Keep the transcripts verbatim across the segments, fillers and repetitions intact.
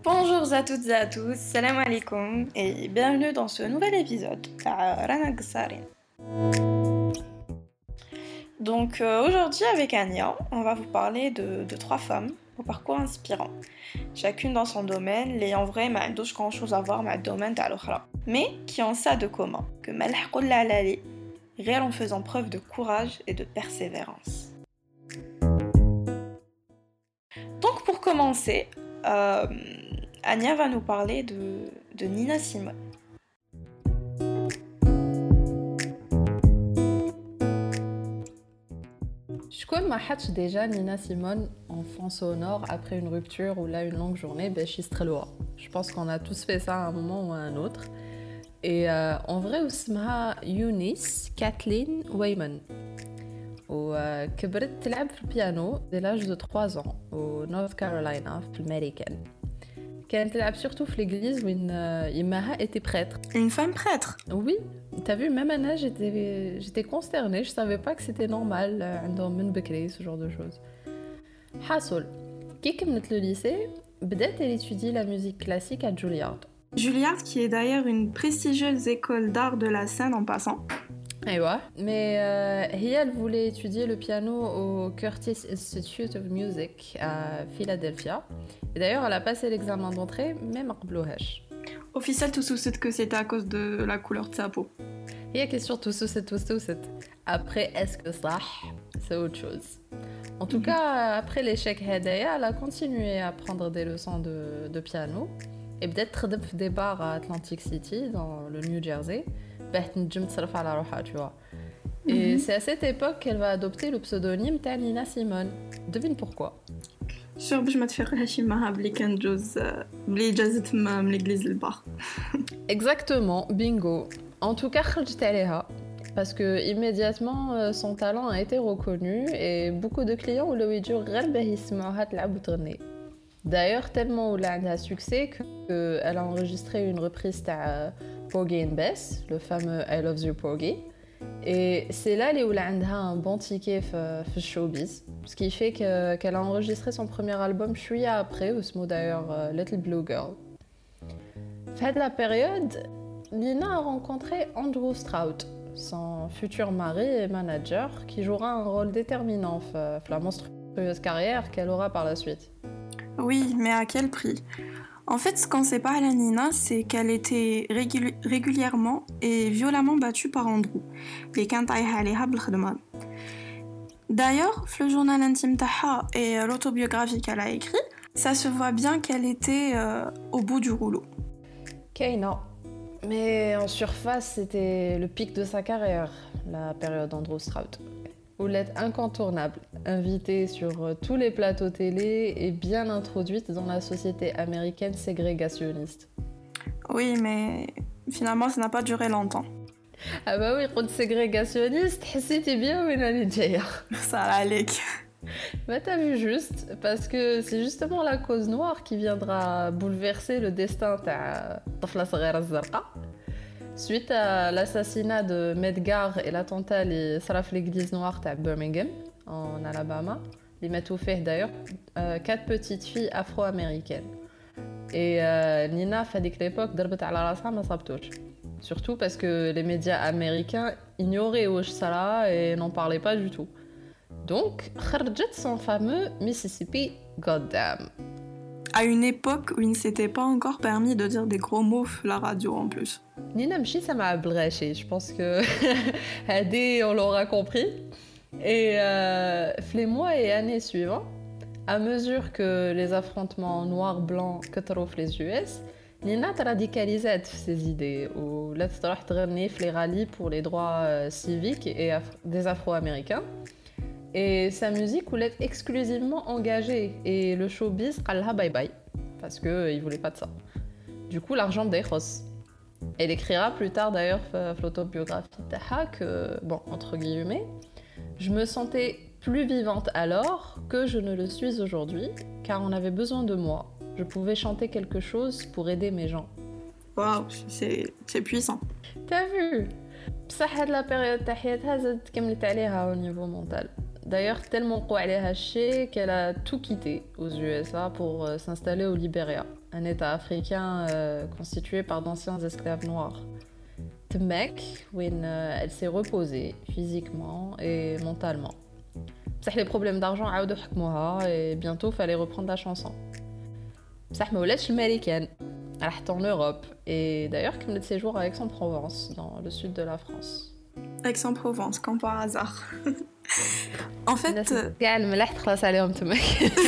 Bonjour à toutes et à tous, salam alaikum et bienvenue dans ce nouvel épisode de Rana Qassarin. Donc euh, aujourd'hui avec Ania, on va vous parler de, de trois femmes au parcours inspirant, chacune dans son domaine, les en vrai ما عندوش grand chose à voir avec le domaine de l'autre, mais qui ont ça de commun, que ما لحقوا العلالي غير en faisant preuve de courage et de persévérance. Donc pour commencer, euh, Ania va nous parler de, de Nina Simone. شكون ما حطش déjà Nina Simone en fond sonore après une rupture ou là une longue journée باش يستغلوها. Je pense qu'on a tous fait ça à un moment ou à un autre. Et euh, en vrai اسمها Eunice Kathleen Wayman. وكبرت تلعب في البيانو dès l'âge de trois ans au North Carolina في الأمريكان. كانت تلعب surtout في l'église où يماها était prêtre. Une femme prêtre? Oui, t'as vu, même à l'âge, j'étais, j'étais consternée, je savais pas que c'était normal, عندهم من بكري, ce genre de choses. حاصل, كي كملت le lycée, بدأت elle étudie la musique classique à Juilliard. Juilliard qui est d'ailleurs une prestigieuse école d'art de la scène en passant. أيوة, mais euh, هي elle voulait étudier le piano au Curtis Institute of Music à Philadelphia. Et d'ailleurs, elle a passé l'examen d'entrée, mais ما قبلوهاش. Officiel tout soucet que c'était à cause de la couleur de sa peau. هي qui est surtout soucet, tout soucet. Après, est-ce que ça, c'est autre chose. En tout mm-hmm. cas, après l'échec هدايا, elle a continué à prendre des leçons de, de piano. Et peut-être تخدم في des bars à Atlantic City, dans le New Jersey. Tu vois. Et mm-hmm. c'est à cette époque qu'elle va adopter le pseudonyme de Nina Simone. Devine pourquoi. Sûr باش ما تفرقهاش معها بلي كان جوز بلي جازت من l'église للبار. Exactement, bingo. En tout cas, خرجت عليها parce que immédiatement son talent a été reconnu et beaucoup de clients ولاو يجوا غير باه يسمعوها تلعب وتغني. D'ailleurs, tellement elle a un succès qu'elle a enregistré une reprise de Porgy and Bess, le fameux I Love You Porgy. Et c'est là où elle a un bon ticket dans le showbiz. Ce qui fait que, qu'elle a enregistré son premier album chouïa après, ou ce mot d'ailleurs Little Blue Girl. Fin de la période, Nina a rencontré Andrew Stroud, son futur mari et manager, qui jouera un rôle déterminant dans la monstrueuse carrière qu'elle aura par la suite. Oui, mais à quel prix? En fait, ce qu'on sait pas à la Nina, c'est qu'elle était régul- régulièrement et violemment battue par Andrew. Et quand D'ailleurs, le journal intime Taha et l'autobiographie qu'elle a écrit, ça se voit bien qu'elle était euh, au bout du rouleau. Kaina. Mais en surface, c'était le pic de sa carrière, la période d'Andrew Stroud. Oulette incontournable, invitée sur tous les plateaux télé et bien introduite dans la société américaine ségrégationniste. Oui, mais finalement, ça n'a pas duré longtemps. Ah bah oui, quand ségrégationniste, c'était bien où il allait dire. Ça allait. Bah t'as vu juste, parce que c'est justement la cause noire qui viendra bouleverser le destin de Tafla Saghira Zarqa. Suite à l'assassinat de Medgar et l'attentat qui s'est fait à l'église noire de Birmingham, en Alabama, ils mettent au fait d'ailleurs euh, quatre petites filles afro-américaines. Et euh, Nina, à l'époque, ضربت على راسها ما صابتوش. Surtout parce que les médias américains ignoraient Ouach Sala et n'en parlaient pas du tout. Donc, خرجت son fameux Mississippi Goddamn. À une époque où il ne s'était pas encore permis de dire des gros mots à la radio en plus. Nina Mchi, ça m'a abrégé. Je pense que Hadé, on l'aura compris. Et euh, les mois et années suivants, à mesure que les affrontements noirs-blancs كتروا les U S, Nina a radicalisé ses idées. Ou là, tu as les rallyes pour les droits euh, civiques et af- des Afro-Américains. Et sa musique voulait être exclusivement engagée. Et le showbiz, qalha bye bye. Parce qu'il euh, ne voulait pas de ça. Du coup, l'argent d'Echos. Elle écrira plus tard d'ailleurs dans l'autobiographie de Taha que, bon, entre guillemets, je me sentais plus vivante alors que je ne le suis aujourd'hui, car on avait besoin de moi. Je pouvais chanter quelque chose pour aider mes gens. Waouh, c'est, c'est puissant. T'as vu? بصح هاد لا بيريود تاع حياتها زادت كملت عليها au niveau mental. D'ailleurs, tellement quoi elle est hachée qu'elle a tout quitté aux U S A pour euh, s'installer au Libéria, un état africain euh, constitué par d'anciens esclaves noirs. Tmek, où euh, elle s'est reposée physiquement et mentalement. بصح les problèmes d'argent عاودوا حكموها et bientôt fallait reprendre la chanson. بصح ما ولاتش américaine. Elle راحت en Europe et d'ailleurs كملت ses jours à Aix-en-Provence dans le sud de la France. Aix-en-Provence, comme par hasard. En fait, كاع الملاح تخلص عليهم تماك.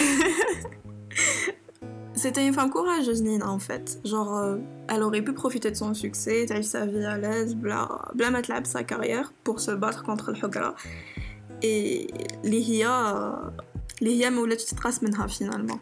C'était une femme courageuse, Nina, en fait. Genre, euh, elle aurait pu profiter de son succès, تعيش sa vie à l'aise, bla, bla ما تلعب sa carrière pour se battre contre الحقرة. Et اللي هي اللي هي ما ولاتش تتقاس منها finalement.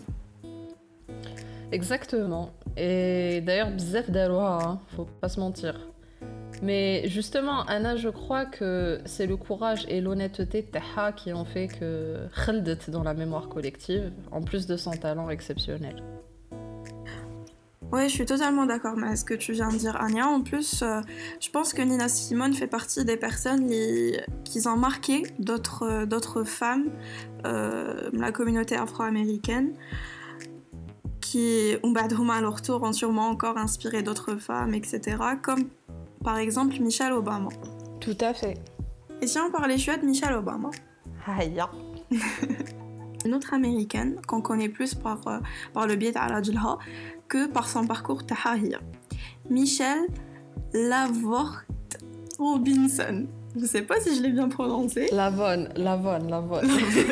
Exactement. Et d'ailleurs, bzaf darouha, hein, faut pas se mentir. Mais justement, Anna, je crois que c'est le courage et l'honnêteté de Taha qui ont fait que khaldet dans la mémoire collective, en plus de son talent exceptionnel. Ouais, je suis totalement d'accord avec ce que tu viens de dire, Anya. En plus, euh, je pense que Nina Simone fait partie des personnes qui, qui ont marqué d'autres, d'autres femmes, euh, la communauté afro-américaine, qui, à leur tour, ont sûrement encore inspiré d'autres femmes, et cetera, comme par exemple Michelle Obama. Tout à fait. Et si on parlait chouette de Michelle Obama, Aïe. une autre américaine qu'on connaît plus par, euh, par le biais d'Aladjilha que par son parcours tahahia. Michelle Lavort Robinson. Je sais pas si je l'ai bien prononcé. Lavonne, Lavonne, Lavonne.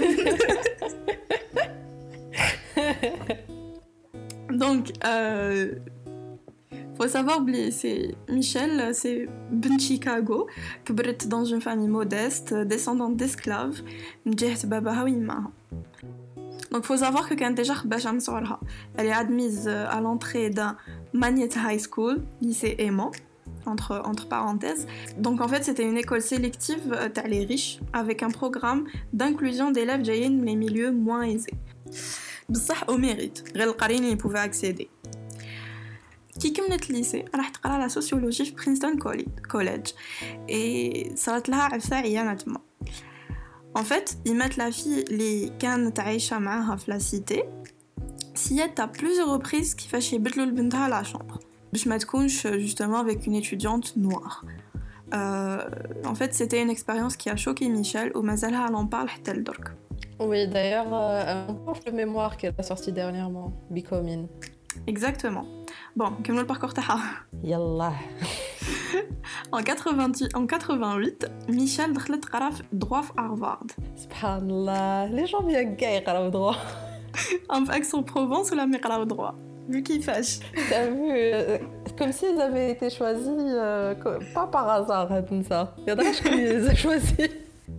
Donc, euh, faut savoir, c'est Michelle, c'est Ben Chicago, كبرت dans une famille modeste, descendante d'esclaves, مجهت باباها ويماها. Donc, faut savoir que quand déjà elle est admise à l'entrée d'un Magnet High School, lycée aimant, entre, entre parenthèses. Donc, en fait, c'était une école sélective t'as les riches, avec un programme d'inclusion d'élèves جايين les milieux moins aisés. بصح au mérite, غير القريين اللي pouvaient accéder. كي كملت الليسي راح تقرا لا سوسيولوجي في برينستون كوليدج et صارت لها عفسه عيانه تما. En fait, ils mettent la fille اللي كانت عايشه معاها في لا سيتي سيات à plusieurs reprises كيفاش يبدلوا لبنتها لا شامبر باش ما تكونش justement avec une étudiante noire. Euh, en fait, c'était une expérience qui a choqué Michelle ou mazalha elle en parle حتى لدرك. Oui, d'ailleurs, euh, un prof de mémoire qu'elle a sorti dernièrement, Becoming. Exactement. Bon, comme le parcours taha. Yallah. En quatre-vingt-huit, en quatre-vingt-huit, Michelle دخلت قرا droit à Harvard. Subhanallah, les gens bien gay قراو droit. En Aix-en-Provence ou la ميقراو droit. Vu qu'ils fâchent. T'as vu, euh, comme s'ils avaient été choisis, euh, pas par hasard, comme ça. Il y en a qui les a choisis.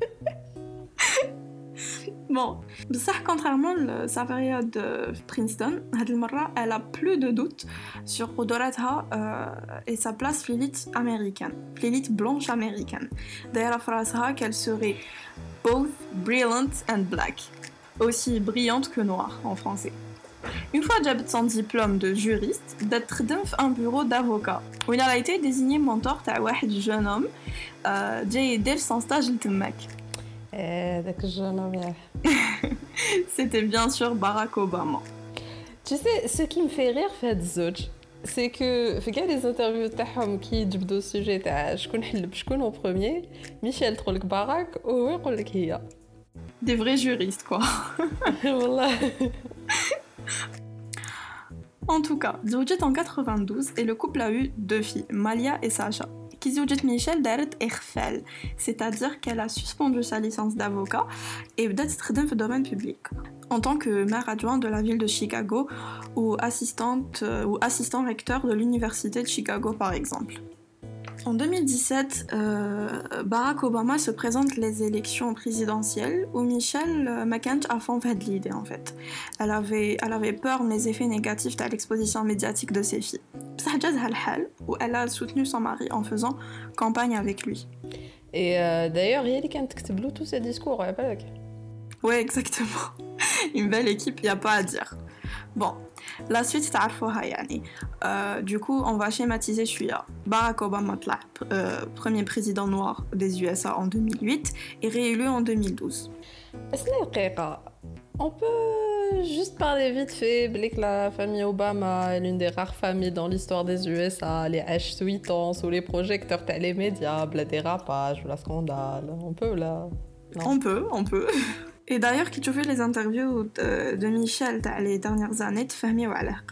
Bon, ça, contrairement à sa période de Princeton, elle a plus de doutes sur Odoratha euh, et sa place l'élite américaine, l'élite blanche américaine. D'ailleurs, la phrase qu'elle serait both brilliant and black, aussi brillante que noire en français. Une fois déjà son diplôme de juriste, d'être dans un bureau d'avocat, où il a été désigné mentor d'un jeune homme, j'ai aidé son stage de Tmek. Eh, d'accord, jeune homme. C'était bien sûr Barack Obama. Tu sais, ce qui me fait rire, fait Zoj, c'est que, regarde les interviews تاعهم qui جبدوا السوجي تاع شكون حلب شكون en premier, Michel تقولك Barack وهو يقولك هي. Des vrais juristes, quoi. Wallah. En tout cas, زوجت en quatre-vingt-douze et le couple a eu deux filles, Malia et Sacha. Qui زوجت Michel دارت إخفال, c'est-à-dire qu'elle a suspendu sa licence d'avocat et بدأت تخدم في الdomaine public en tant que maire adjointe de la ville de Chicago ou assistante ou assistant recteur de l'université de Chicago par exemple. En deux mille dix-sept, euh, Barack Obama se présente les élections présidentielles où Michelle McCann a fait l'idée en fait. Elle avait, elle avait peur des effets négatifs de l'exposition médiatique de ses filles. Où elle a soutenu son mari en faisant campagne avec lui. Et euh, d'ailleurs, il y a qui ont tous ces discours, il y a pas. Ouais, exactement. Une belle équipe, il n'y a pas à dire. Bon, la suite تعرفوها يعني. Euh, du coup, on va schématiser شوية. Barack Obama طلع euh, premier président noir des U S A en deux mille huit et réélu en deux mille douze. اسمعي دقيقة. On peut juste parler vite fait que la famille Obama est l'une des rares familles dans l'histoire des U S A, les H huit ans sous les projecteurs les médias, le dérapage, le scandale. On peut là. Non. On peut, on peut. Et d'ailleurs, quand tu fais les interviews de, de Michel les dernières années, tu fais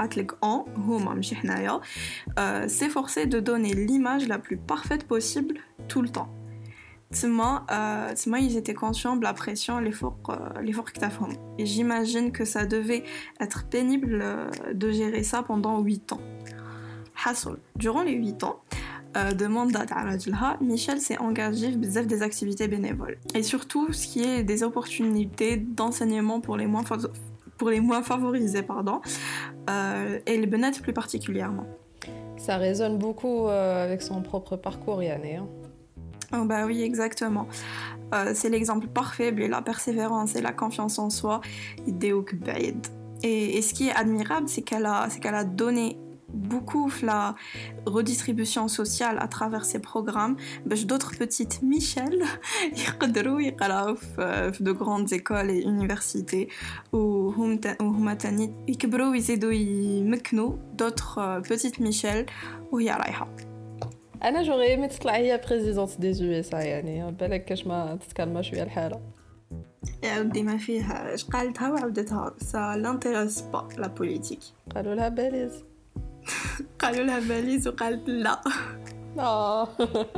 euh, s'efforcer de donner l'image la plus parfaite possible tout le temps. Tima, euh, tima, ils étaient conscients de la pression, l'effort, euh, l'effort que t'as fait. Et j'imagine que ça devait être pénible euh, de gérer ça pendant huit ans. Hassol. Durant les huit ans euh, de mandat d'Aradjilha, Michel s'est engagé dans des activités bénévoles. Et surtout, ce qui est des opportunités d'enseignement pour les moins, fa- pour les moins favorisés, pardon, euh, et les bénéfices plus particulièrement. Ça résonne beaucoup euh, avec son propre parcours, Yanné. Hein. Oh bah oui, exactement. Euh, c'est l'exemple parfait de la persévérance et la confiance en soi. Et, et ce qui est admirable, c'est qu'elle a, c'est qu'elle a donné beaucoup la redistribution sociale à travers ses programmes. D'autres petites Michel يقدروا يقراو في de grandes écoles et universités وهم وهما تاني يكبروا ويزيدوا يمكنوا d'autres petites Michel وهي رايحة. انا j'aurais aimé تطلع هي présidente des U S A يعني بالك كاش ما تتكلم شويه الحاله. يا ودي ما فيها اش قالتها وعاودتها ça l'intéresse pas la politique. قالوا لها باليز. قالوا لها باليز وقالت لا. اه.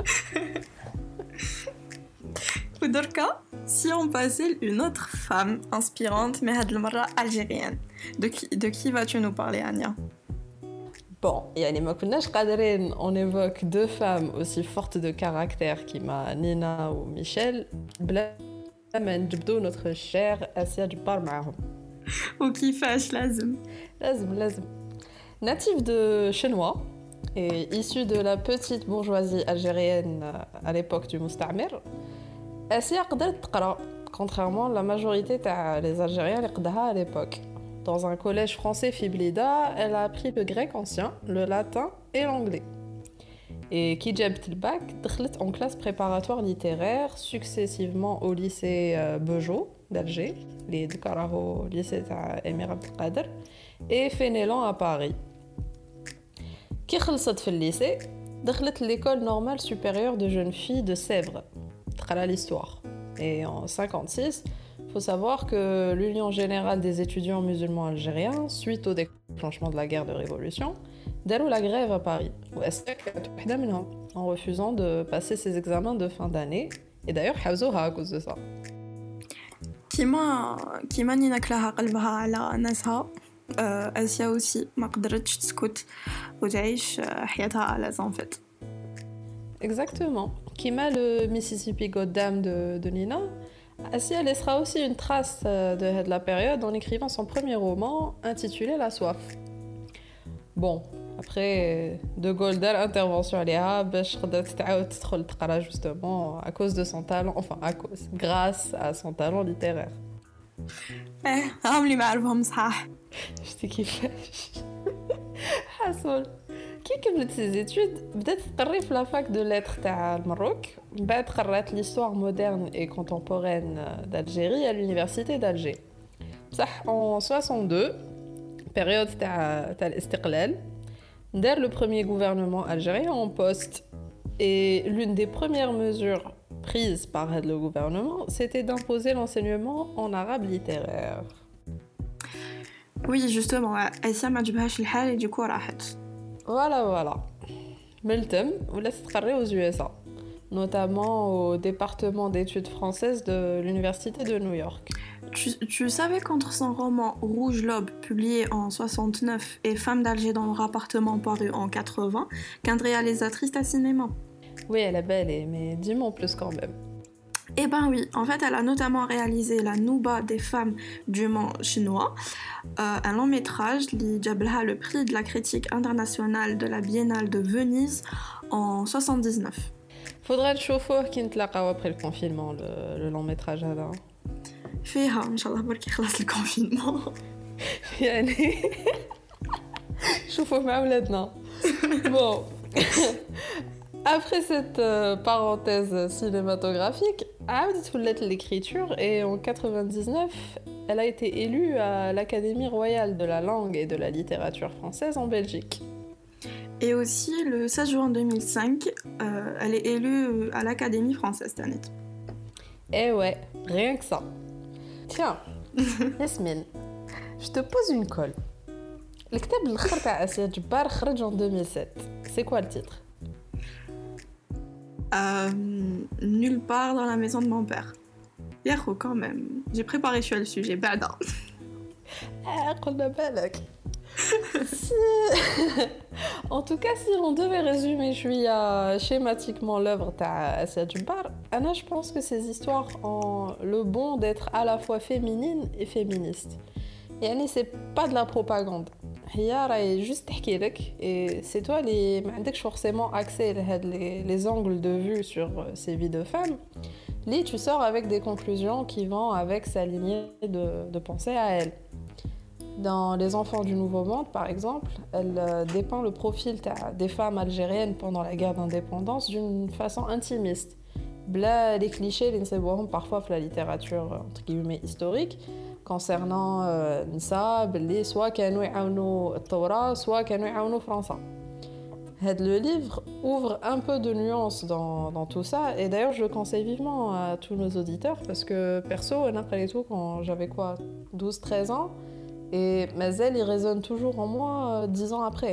ودركا si on passait une autre femme inspirante mais هاد المره algérienne. De qui de qui vas-tu nous parler, Ania? Bon, يعني ما كناش قادرين on évoque deux femmes aussi fortes de caractère qui m'a Nina ou Michel بلا ما نجبدو notre chère Assia Djebbar معاهم. وكيفاش لازم لازم لازم. Native de Chenois et issue de la petite bourgeoisie algérienne à l'époque du Mousta'mer, Assia قدرت تقرا contrairement à la majorité des Algériens اللي قداها à l'époque. Dans un collège français Fiblida, elle a appris le grec ancien, le latin et l'anglais. Et qui جابت الباك دخلت en classe préparatoire littéraire successivement au lycée Bejo d'Alger, les Dukaraho lycée تاع Émir Abdelkader, et Fénélan à Paris. كي خلصت في الليسي دخلت l'école normale supérieure de jeunes filles de Sèvres, تقرا l'histoire. Et en cinquante-six, il faut savoir que l'Union générale des étudiants musulmans algériens, suite au déclenchement de la guerre de révolution, داروا la grève à Paris, en refusant de passer ses examens de fin d'année. Et d'ailleurs, حبسوها à cause de ça. كيما كيما نينا كلاها قلبها على ناسها آسيا aussi ما قدرتش تسكت وتعيش حياتها على en fait. Exactement. Kima, le Mississippi Goddam de, de Nina, Assia laissera aussi une trace de, de la période en écrivant son premier roman intitulé La Soif. Bon, après, De Gaulle a l'intervention à l'I A, justement à cause de son talent, enfin à cause, grâce à son talent littéraire. Eh, هم اللي ما عرفهم صحاح. شتي كيفاش حصل كي كملت ses études بدات تقري في لا فاك دو ليتر تاع المروك من بعد قرات l'histoire moderne et contemporaine d'Algérie à l'université d'Alger. بصح en soixante-deux période تاع تاع الاستقلال دار le premier gouvernement algérien en poste et l'une des premières mesures prises par le gouvernement c'était d'imposer l'enseignement en arabe littéraire. Oui, justement, Assia ما عجبهاش الحال et du coup راحت. Voilà, voilà. Meltem, ولات تقري aux U S A, notamment au département d'études françaises de l'université de New York. Tu, tu savais qu'entre son roman Rouge Lobe, publié en soixante-neuf, et Femme d'Alger dans leur appartement, paru en quatre-vingts, qu'une réalisatrice à cinéma. Oui, elle est belle, mais dis-moi en plus quand même. Eh ben oui, en fait, elle a notamment réalisé La Nouba des femmes du Mans chinois, euh, un long métrage qui a le prix de la critique internationale de la Biennale de Venise en soixante-dix-neuf. Faudrait le chauffeur qui ne te après le confinement, le, le long métrage là. فيها إن شاء الله بركي خلاص le confinement. يعني شوفوا مع ولادنا. Bon, après cette euh, parenthèse cinématographique, عاودت ولات l'écriture et en quatre-vingt-dix-neuf, elle a été élue à l'Académie royale de la langue et de la littérature française en Belgique. Et aussi, le seize juin deux mille cinq, euh, elle est élue à l'Académie française cette année. Eh ouais, rien que ça. Tiens, Yasmine, je te pose une colle. Le كتاب الأخر تاع آسيا جبار خرج en deux mille sept. C'est quoi le titre? Euh, nulle part dans la maison de mon père. Hier, quand même. J'ai préparé sur le sujet. Bada. Ah, قلنا بالك. Si... En tout cas, si on devait résumer euh, schématiquement l'œuvre تاع آسيا جبار, Anna, je pense que ces histoires ont le bon d'être à la fois féminine et féministe. يعني c'est pas de la propagande. هي راهي juste تحكي لك et c'est toi اللي ما عندكش forcément accès لهاد les, les angles de vue sur ces vies de femmes. Li, tu sors avec des conclusions qui vont avec sa lignée de, de pensée à elle. Dans Les Enfants du Nouveau Monde, par exemple, elle euh, dépeint le profil des femmes algériennes pendant la guerre d'indépendance d'une façon intimiste. Bla les clichés, les nseibouhom parfois dans la littérature entre guillemets historique concernant Nsa, euh, soit كانوا يعاونوا الثورة, soit كانوا يعاونوا فرنسا. Le livre ouvre un peu de nuances dans, dans tout ça, et d'ailleurs je le conseille vivement à tous nos auditeurs parce que perso, après tout, quand j'avais quoi, douze treize ans, et Mazel il résonne toujours en moi euh, dix ans après.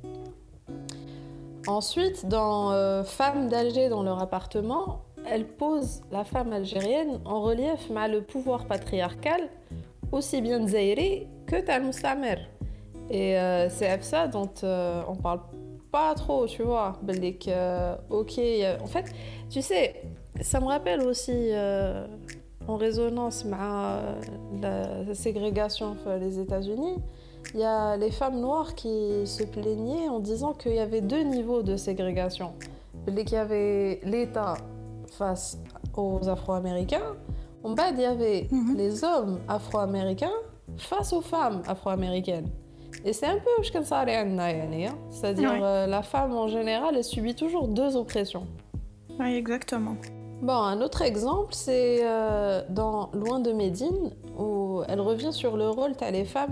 Ensuite, dans euh, Femmes d'Alger dans leur appartement, elle pose la femme algérienne en relief avec le pouvoir patriarcal, aussi bien Zaïri que Tal Moussamer. Et euh, c'est à ça dont euh, on parle pas trop, tu vois. Belek, euh, ok, euh, en fait, tu sais, ça me rappelle aussi, euh, en résonance avec la ségrégation les États-Unis, il y a les femmes noires qui se plaignaient en disant qu'il y avait deux niveaux de ségrégation. Belek, il y avait l'État face aux Afro-Américains. En bas, il y avait mm-hmm. les hommes afro-américains face aux femmes afro-américaines. Et c'est un peu comme ça, c'est-à-dire ouais. euh, la femme en général, elle subit toujours deux oppressions. Oui, exactement. Bon, un autre exemple, c'est euh, dans Loin de Médine, où elle revient sur le rôle des femmes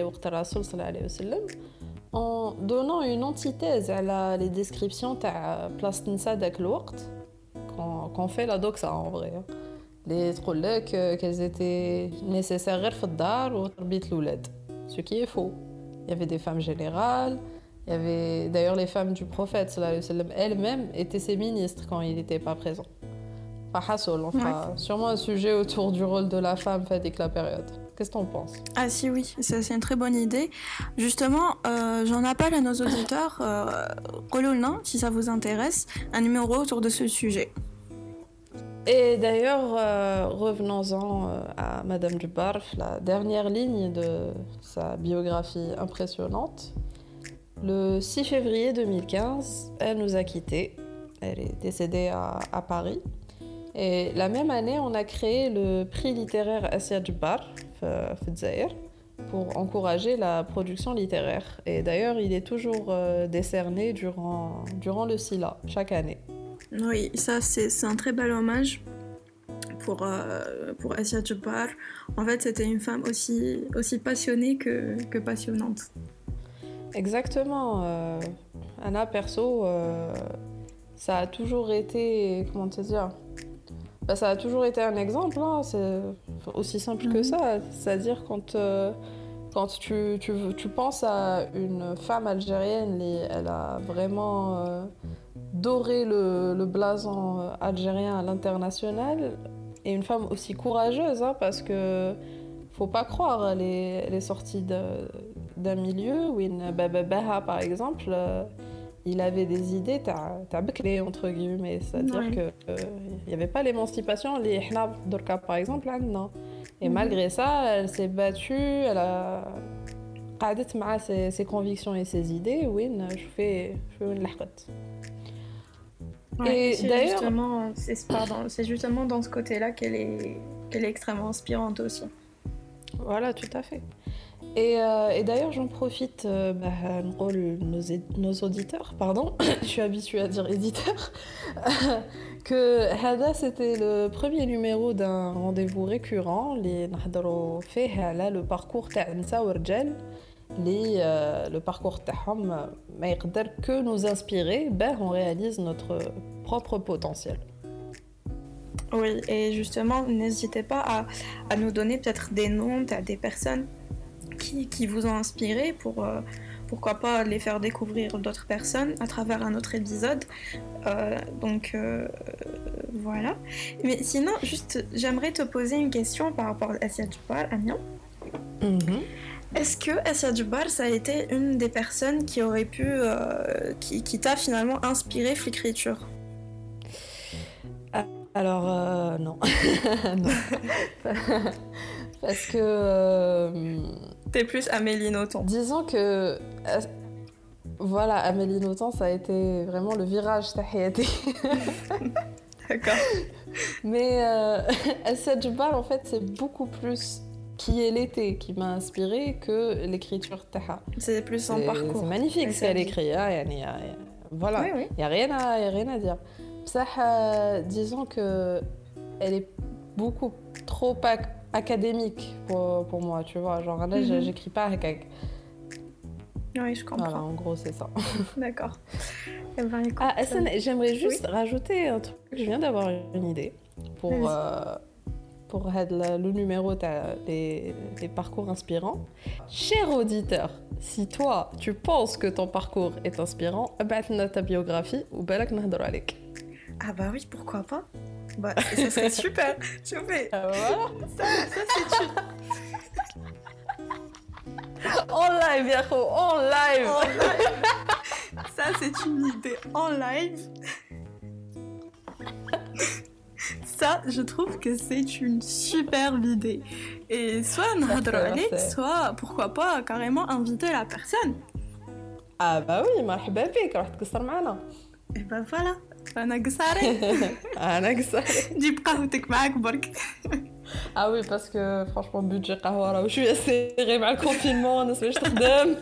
en donnant une antithèse à les descriptions de place Nsa dak الوقت qu'on fait la doxa en vrai. Les تقول لك qu'elles étaient nécessaires غير في الدار وتربية الأولاد, ce qui est faux. Il y avait des femmes générales, il y avait d'ailleurs les femmes du prophète elles-mêmes étaient ses ministres quand il n'était pas présent. On fera ouais. sûrement un sujet autour du rôle de la femme avec la période. Qu'est-ce que t'en penses? Ah si oui, ça, c'est une très bonne idée. Justement, euh, j'en appelle à nos auditeurs, euh, si ça vous intéresse, un numéro autour de ce sujet. Et d'ailleurs, euh, revenons-en à Madame Djubarf, la dernière ligne de sa biographie impressionnante. Le six février deux mille quinze, elle nous a quittés. Elle est décédée à, à Paris. Et la même année, on a créé le prix littéraire Assia Djbar pour encourager la production littéraire. Et d'ailleurs, il est toujours euh, décerné durant, durant le SILA, chaque année. Oui, ça c'est, c'est un très bel hommage pour, euh, pour Assia Djbar. En fait, c'était une femme aussi, aussi passionnée que, que passionnante. Exactement. Euh, Anna, perso, euh, ça a toujours été... Comment te dire ? Bah, ça a toujours été un exemple, hein. C'est aussi simple mmh. que ça. C'est-à-dire quand, euh, quand tu, tu, tu penses à une femme algérienne, elle a vraiment euh, doré le, le blason algérien à l'international, et une femme aussi courageuse, hein, parce que faut pas croire, elle est, elle est sortie de, d'un milieu où une Baba Baha, par exemple, euh, il avait des idées t'as bclé entre guillemets, c'est-à-dire ouais. que il euh, y avait pas l'émancipation les hna dorka par exemple عندنا. Et mm-hmm. malgré ça, elle s'est battue, elle a قعدت مع ses, ses convictions et ses idées. وين je fais je fais une لحقت. Ouais, et c'est d'ailleurs justement c'est pardon, c'est justement dans ce côté-là qu'elle est qu'elle est extrêmement inspirante aussi. Voilà, tout à fait. Et, euh, et d'ailleurs, j'en profite, euh, bah, نقول nos, nos auditeurs, pardon, je suis habituée à dire éditeurs, que هذا c'était le premier numéro d'un rendez-vous récurrent اللي نحضروا فيه على le parcours تاع النساء والرجال اللي euh, le parcours تاعهم ما يقدر que nous inspirer, ben on réalise notre propre potentiel. Oui, et justement, n'hésitez pas à, à nous donner peut-être des noms à des personnes qui, qui vous ont inspiré pour, euh, pourquoi pas les faire découvrir d'autres personnes à travers un autre épisode. Euh, donc euh, voilà. Mais sinon, juste, j'aimerais te poser une question par rapport à Assia Djoubar, Ania. Mm-hmm. Est-ce que Assia Djoubar, ça a été une des personnes qui aurait pu, euh, qui, qui t'a finalement inspiré l'écriture? Alors, euh, non. non. Parce que... Euh, T'es plus Amélie Nothomb. Disons que... Euh, voilà, Amélie Nothomb, ça a été vraiment le virage tahiyati. D'accord. Mais euh, Assia Djoubar, en fait, c'est beaucoup plus qui elle était qui m'a inspirée que l'écriture taha. C'est plus son c'est, parcours. C'est magnifique ce qu'elle écrit. Hein, y a, y a, voilà, il oui, oui. n'y a, a rien à dire. Ça, euh, disons que elle est beaucoup trop ac- académique pour, pour moi, tu vois. Genre là, mm-hmm. j'écris pas avec. Oui, je comprends. Voilà, en gros, c'est ça. D'accord. Eh ben, écoute, ah, Hassan, euh... j'aimerais juste oui. rajouter un truc. Je viens d'avoir une idée pour, euh, pour le, le numéro des, des parcours inspirants. Cher auditeur, si toi, tu penses que ton parcours est inspirant, abats-nous ta biographie ou balak nahdor alik. Ah bah oui, pourquoi pas. Bah, ça serait super. Je fais. Ah voilà. Ça, ça c'est une... En live, Yahoo, en live. En live. Ça, c'est une idée en live. Ça, je trouve que c'est une superbe idée. Et soit نهضروا عليك, soit pourquoi pas carrément inviter la personne. Ah bah oui, مرحبا بك, راح تقصر معنا. Et ben voilà. أنا قصاري. أنا قصاري. جيب قهوتك معك برك. Ah oui, parce que franchement, budget قهوة راهو شوية serré مع الconfinement, الناس باش تخدم.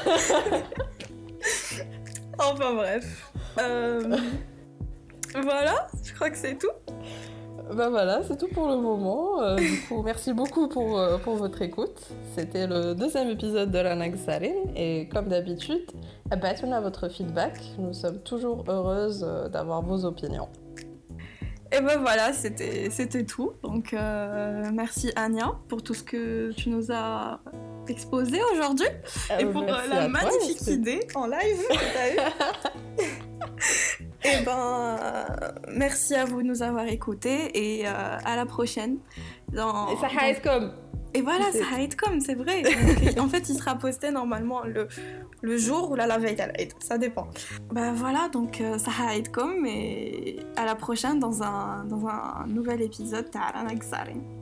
Enfin bref. Euh... Voilà, je crois que c'est tout. Ben voilà, c'est tout pour le moment. Euh, du coup, merci beaucoup pour, euh, pour votre écoute. C'était le deuxième épisode de la Nagsarin. Et comme d'habitude, battez-nous votre feedback. Nous sommes toujours heureuses d'avoir vos opinions. Et ben voilà, c'était, c'était tout. Donc euh, merci Ania pour tout ce que tu nous as exposé aujourd'hui. Euh, et pour euh, la magnifique toi, idée en live que tu as eue. Et ben, euh, merci à vous de nous avoir écoutés et euh, à la prochaine. Dans, et ça va être comme. Et voilà, c'est... ça va être comme, c'est vrai. Donc, en fait, il sera posté normalement le, le jour ou la, la veille à l'Aïd, ça dépend. Ben voilà, donc euh, ça va être comme et à la prochaine dans un, dans un nouvel épisode de Nagsarin.